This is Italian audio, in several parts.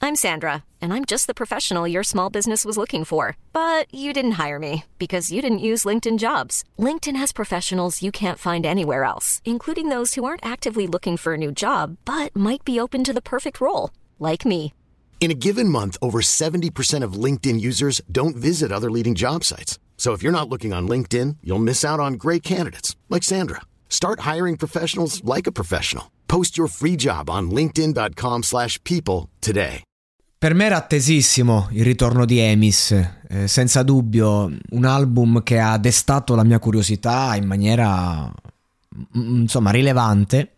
I'm Sandra, and I'm just the professional your small business was looking for. But you didn't hire me because you didn't use LinkedIn Jobs. LinkedIn has professionals you can't find anywhere else, including those who aren't actively looking for a new job, but might be open to the perfect role, like me. In a given month, over 70% of LinkedIn users don't visit other leading job sites. So if you're not looking on LinkedIn, you'll miss out on great candidates like Sandra. Start hiring professionals like a professional. Post your free job on linkedin.com/people today. Per me era attesissimo il ritorno di Emis, senza dubbio un album che ha destato la mia curiosità in maniera insomma rilevante.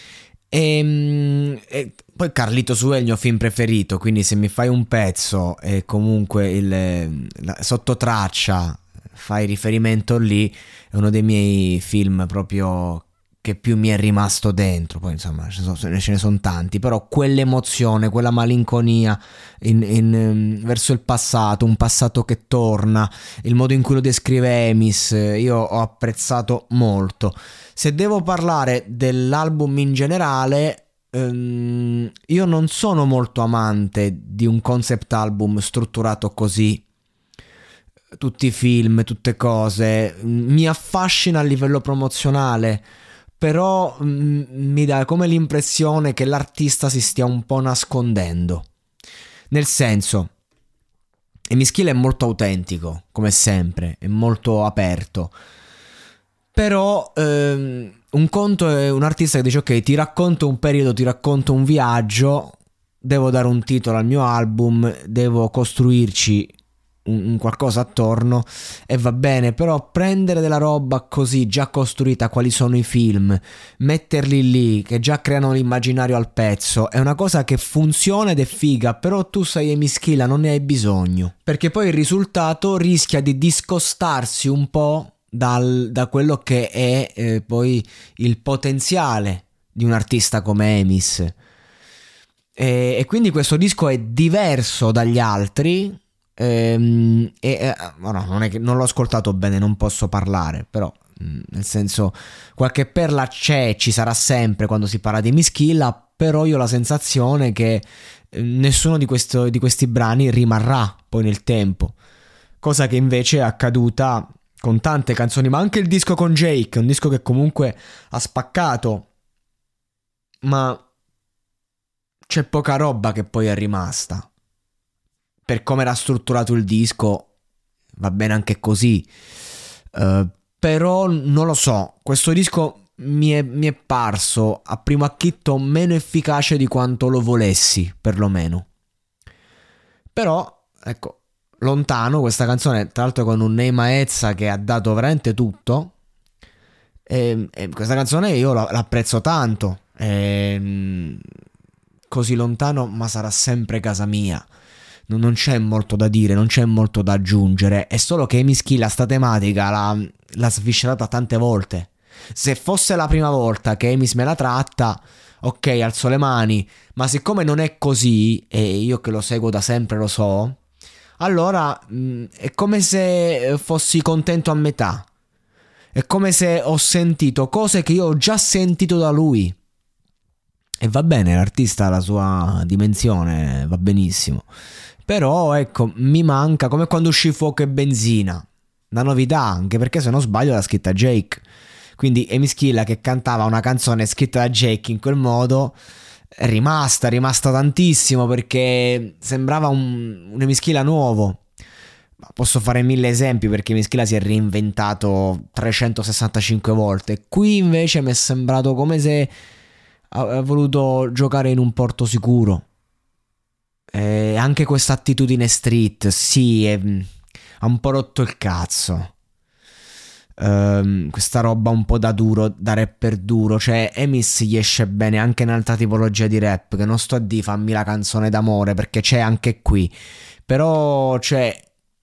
E poi Carlito Su è il mio film preferito, quindi se mi fai un pezzo e comunque sotto traccia fai riferimento lì, è uno dei miei film proprio che più mi è rimasto dentro. Poi insomma ce ne sono tanti, però quell'emozione, quella malinconia verso il passato, un passato che torna, il modo in cui lo descrive Emis, io ho apprezzato molto. Se devo parlare dell'album in generale, io non sono molto amante di un concept album strutturato così, tutti i film, tutte cose. Mi affascina a livello promozionale, però mi dà come l'impressione che l'artista si stia un po' nascondendo. Nel senso, Emischila è molto autentico, come sempre, è molto aperto. Però un conto è un artista che dice: ok, ti racconto un periodo, ti racconto un viaggio, devo dare un titolo al mio album, devo costruirci un qualcosa attorno e va bene. Però prendere della roba così già costruita, quali sono i film, metterli lì che già creano l'immaginario al pezzo, è una cosa che funziona ed è figa, però tu sei Emischila, non ne hai bisogno, perché poi il risultato rischia di discostarsi un po' da quello che è poi il potenziale di un artista come Emis, e quindi questo disco è diverso dagli altri. No, non è che non l'ho ascoltato bene, non posso parlare, però nel senso, qualche perla ci sarà sempre quando si parla di Emischila, però io ho la sensazione che nessuno di questi brani rimarrà poi nel tempo, cosa che invece è accaduta con tante canzoni, ma anche il disco con Jake, un disco che comunque ha spaccato, ma c'è poca roba che poi è rimasta. Per come era strutturato il disco va bene anche così, però non lo so, questo disco mi è parso a primo acchitto meno efficace di quanto lo volessi, perlomeno. Però ecco, Lontano, questa canzone tra l'altro con un Neema Ezza che ha dato veramente tutto, e questa canzone io l'apprezzo tanto, Così lontano ma sarà sempre casa mia. Non c'è molto da dire, non c'è molto da aggiungere, è solo che Emischila sta tematica l'ha sviscerata tante volte. Se fosse la prima volta che Emis me la tratta, ok, alzo le mani, ma siccome non è così, e io che lo seguo da sempre lo so, allora è come se fossi contento a metà, è come se ho sentito cose che io ho già sentito da lui. E va bene, l'artista ha la sua dimensione, va benissimo. Però ecco, mi manca, come quando uscì Fuoco e Benzina, una novità, anche perché se non sbaglio l'ha scritta Jake. Quindi Emischila che cantava una canzone scritta da Jake in quel modo è rimasta tantissimo, perché sembrava un Emischila nuovo. Ma posso fare 1000 esempi, perché Emischila si è reinventato 365 volte. Qui invece mi è sembrato come se ha voluto giocare in un porto sicuro. Anche questa attitudine street, sì, ha un po' rotto il cazzo. Questa roba un po' da duro, da rapper duro. Cioè Emis gli esce bene anche in un'altra tipologia di rap, che non sto a dire fammi la canzone d'amore, perché c'è anche qui. Però cioè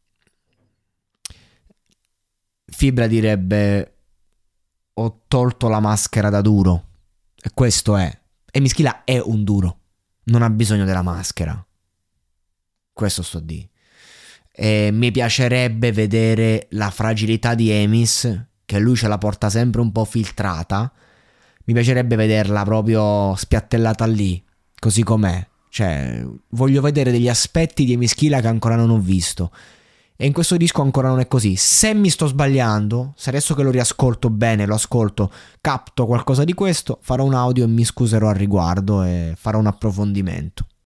Fibra direbbe ho tolto la maschera da duro. E questo è. Emischila è un duro, non ha bisogno della maschera. Questo sto di. E mi piacerebbe vedere la fragilità di Emis, che lui ce la porta sempre un po' filtrata. Mi piacerebbe vederla proprio spiattellata lì, così com'è, cioè voglio vedere degli aspetti di Emischila che ancora non ho visto, e in questo disco ancora non è così. Se mi sto sbagliando, se adesso che lo riascolto bene, lo ascolto, capto qualcosa di questo, farò un audio e mi scuserò al riguardo e farò un approfondimento.